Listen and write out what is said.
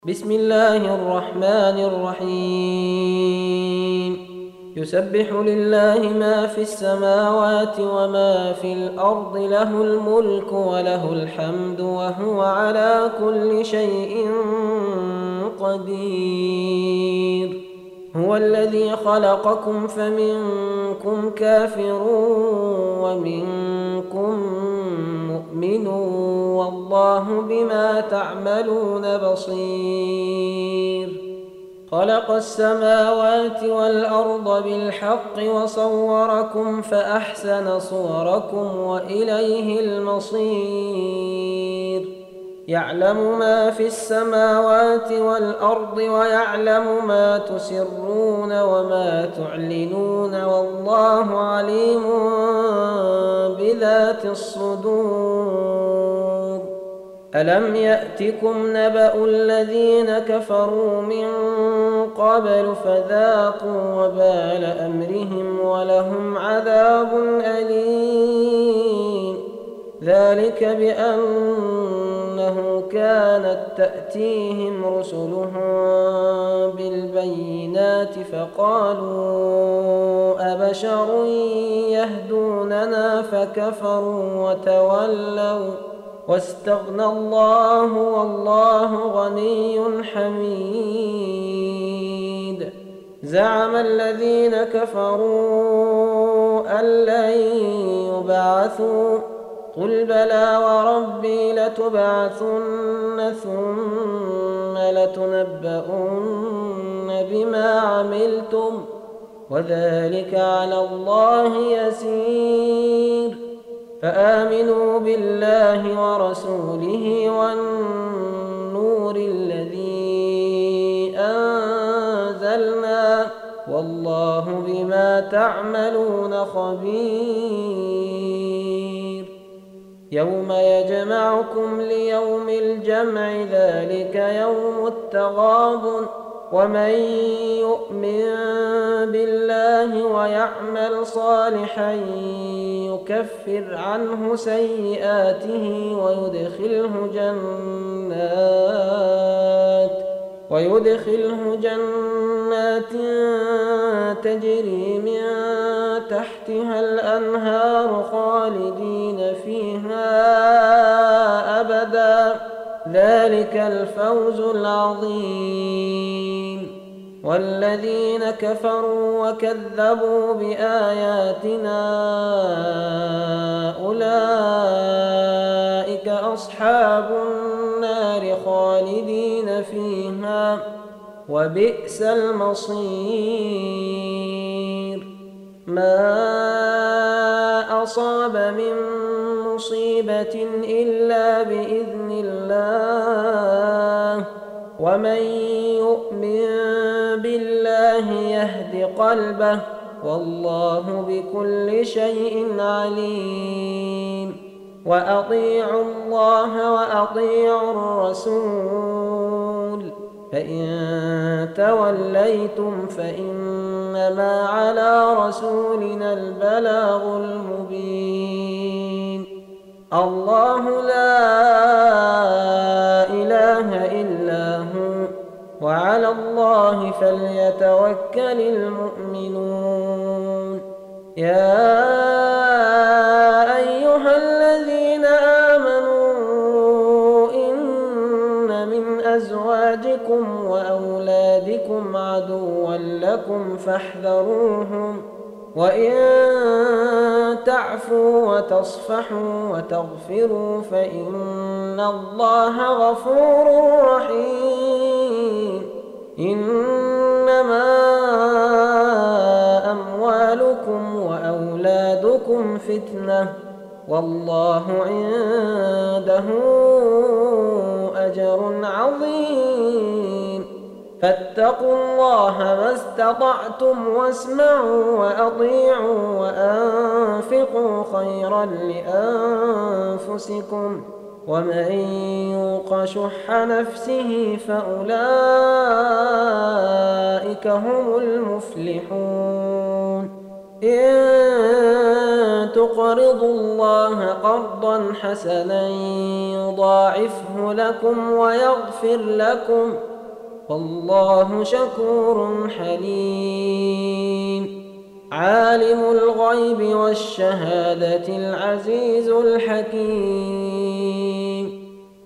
بسم الله الرحمن الرحيم. يسبح لله ما في السماوات وما في الأرض، له الملك وله الحمد وهو على كل شيء قدير. هو الذي خلقكم فمنكم كافر ومنكم مؤمن، والله بما تعملون بصير. خلق السماوات والأرض بالحق وصوركم فأحسن صوركم وإليه المصير. يعلم ما في السماوات والأرض ويعلم ما تسرون وما تعلنون، والله عليم بذات الصدور. ألم يأتكم نبأ الذين كفروا من قبل فذاقوا وبال أمرهم ولهم عذاب أليم. ذلك بأنه كانت تأتيهم رسلهم بالبينات فقالوا أبشر يهدوننا فكفروا وتولوا واستغنى الله والله غني حميد. زعم الذين كفروا أن لن يبعثوا، قل بلى وربي لتبعثن ثم لتنبؤن بما عملتم وذلك على الله يسير. فآمنوا بالله ورسوله والنور الذي أنزلنا، والله بما تعملون خبير. يوم يجمعكم ليوم الجمع، ذلك يوم التغابن. ومن يؤمن بالله ويعمل صالحا يكفر عنه سيئاته ويدخله جنات تجري من تحتها الأنهار خالدين فيها أبدا، ذلك الفوز العظيم. والذين كفروا وكذبوا بآياتنا أولئك أصحاب النار خالدين فيها وبئس المصير. ما أصاب من مصيبة إلا بإذن الله، ومن يؤمن بالله يهد قلبه، والله بكل شيء عليم. وأطيعوا الله وأطيعوا الرسول، فإن توليتم فإنما على رسولنا البلاغ المبين. الله لا إله إلا هو، وعلى الله فليتوكل المؤمنون. يا أيها الذين آمنوا إن من أزواجكم وأولادكم عدوا لكم فاحذروهم، وإن تعفوا وتصفحوا وتغفروا فإن الله غفور رحيم. إنما أموالكم وأولادكم فتنة، والله عنده أجر عظيم. فاتقوا الله ما استطعتم واسمعوا وأطيعوا وأنفقوا خيرا لأنفسكم، ومن يوق شح نفسه فأولئك هم المفلحون. إن تقرضوا الله قرضا حسنا يضاعفه لكم ويغفر لكم والله شكور حليم. عالم الغيب والشهادة العزيز الحكيم.